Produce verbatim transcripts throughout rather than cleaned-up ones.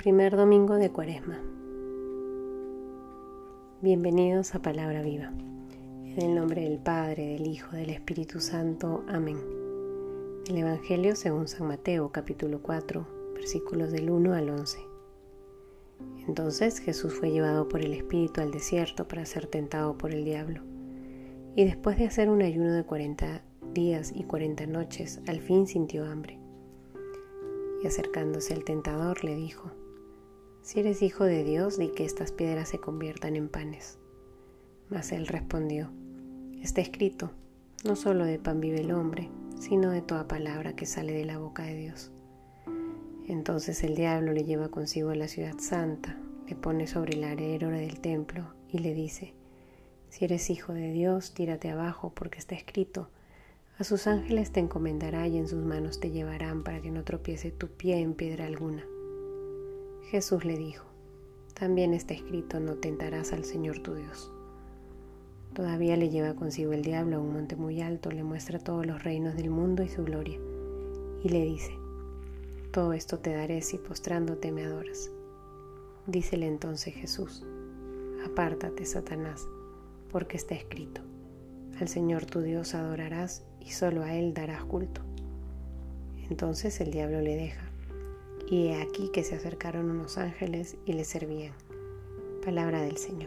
Primer domingo de Cuaresma. Bienvenidos a Palabra Viva. En el nombre del Padre, del Hijo, del Espíritu Santo. Amén. El Evangelio según San Mateo, capítulo cuatro, versículos del uno al once. Entonces Jesús fue llevado por el Espíritu al desierto para ser tentado por el diablo. Y después de hacer un ayuno de cuarenta días y cuarenta noches, al fin sintió hambre. Y acercándose al tentador le dijo: Si eres hijo de Dios, di que estas piedras se conviertan en panes. Mas él respondió: Está escrito, no solo de pan vive el hombre, sino de toda palabra que sale de la boca de Dios. Entonces el diablo le lleva consigo a la ciudad santa, le pone sobre el alero del templo y le dice: Si eres hijo de Dios, tírate abajo, porque está escrito, a sus ángeles te encomendará y en sus manos te llevarán para que no tropiece tu pie en piedra alguna. Jesús le dijo: También está escrito, no tentarás al Señor tu Dios. Todavía le lleva consigo el diablo a un monte muy alto, le muestra todos los reinos del mundo y su gloria, y le dice: Todo esto te daré si postrándote me adoras. Dícele entonces Jesús: Apártate, Satanás, porque está escrito, al Señor tu Dios adorarás y solo a Él darás culto. Entonces el diablo le deja. Y he aquí que se acercaron unos ángeles y le servían. Palabra del Señor.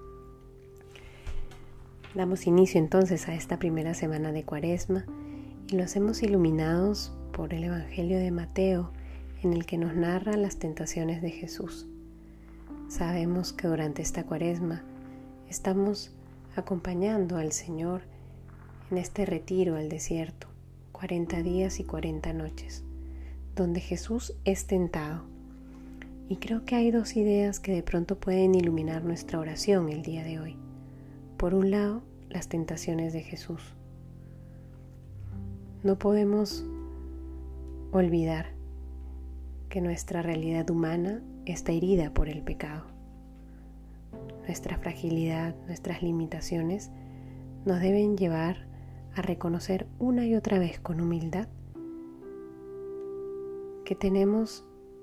Damos inicio entonces a esta primera semana de Cuaresma y lo hacemos iluminados por el Evangelio de Mateo, en el que nos narra las tentaciones de Jesús. Sabemos que durante esta Cuaresma estamos acompañando al Señor en este retiro al desierto, cuarenta días y cuarenta noches, donde Jesús es tentado. Y creo que hay dos ideas que de pronto pueden iluminar nuestra oración el día de hoy. Por un lado, las tentaciones de Jesús. No podemos olvidar que nuestra realidad humana está herida por el pecado. Nuestra fragilidad, nuestras limitaciones nos deben llevar a reconocer una y otra vez con humildad que tenemos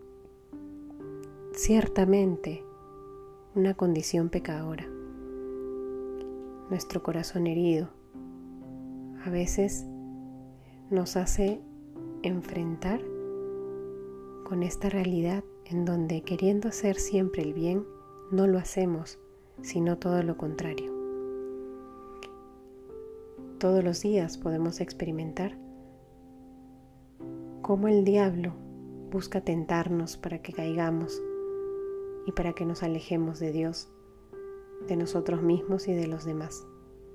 ciertamente una condición pecadora. Nuestro corazón herido a veces nos hace enfrentar con esta realidad en donde, queriendo hacer siempre el bien, no lo hacemos, sino todo lo contrario. Todos los días podemos experimentar cómo el diablo busca tentarnos para que caigamos y para que nos alejemos de Dios, de nosotros mismos y de los demás.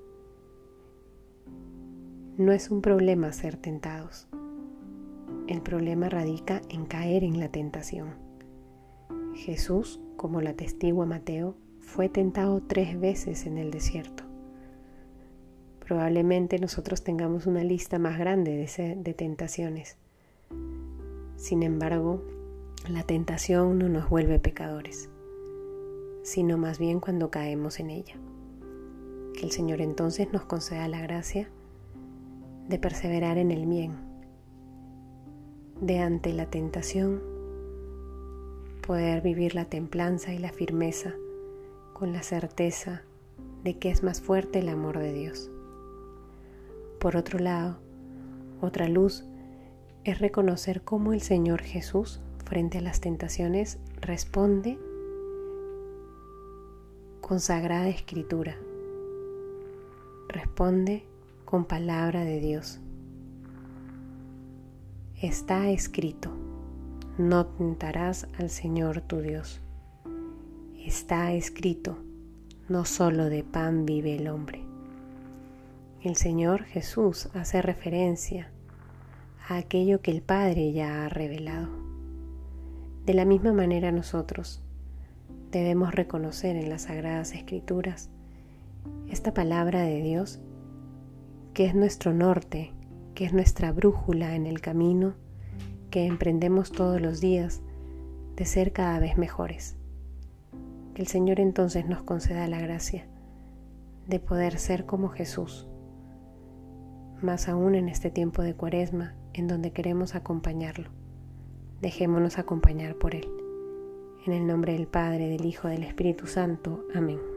No es un problema ser tentados. El problema radica en caer en la tentación. Jesús, como lo atestigua Mateo, fue tentado tres veces en el desierto. Probablemente nosotros tengamos una lista más grande de, de tentaciones. Sin embargo, la tentación no nos vuelve pecadores, sino más bien cuando caemos en ella. Que el Señor entonces nos conceda la gracia de perseverar en el bien, de ante la tentación poder vivir la templanza y la firmeza con la certeza de que es más fuerte el amor de Dios. Por otro lado, otra luz es reconocer cómo el Señor Jesús, frente a las tentaciones, responde con sagrada escritura, responde con palabra de Dios. Está escrito, no tentarás al Señor tu Dios. Está escrito, no solo de pan vive el hombre. El Señor Jesús hace referencia a aquello que el Padre ya ha revelado. De la misma manera nosotros debemos reconocer en las Sagradas Escrituras esta palabra de Dios que es nuestro norte, que es nuestra brújula en el camino que emprendemos todos los días de ser cada vez mejores. Que el Señor entonces nos conceda la gracia de poder ser como Jesús, más aún en este tiempo de Cuaresma en donde queremos acompañarlo. Dejémonos acompañar por Él. En el nombre del Padre, del Hijo, del Espíritu Santo. Amén.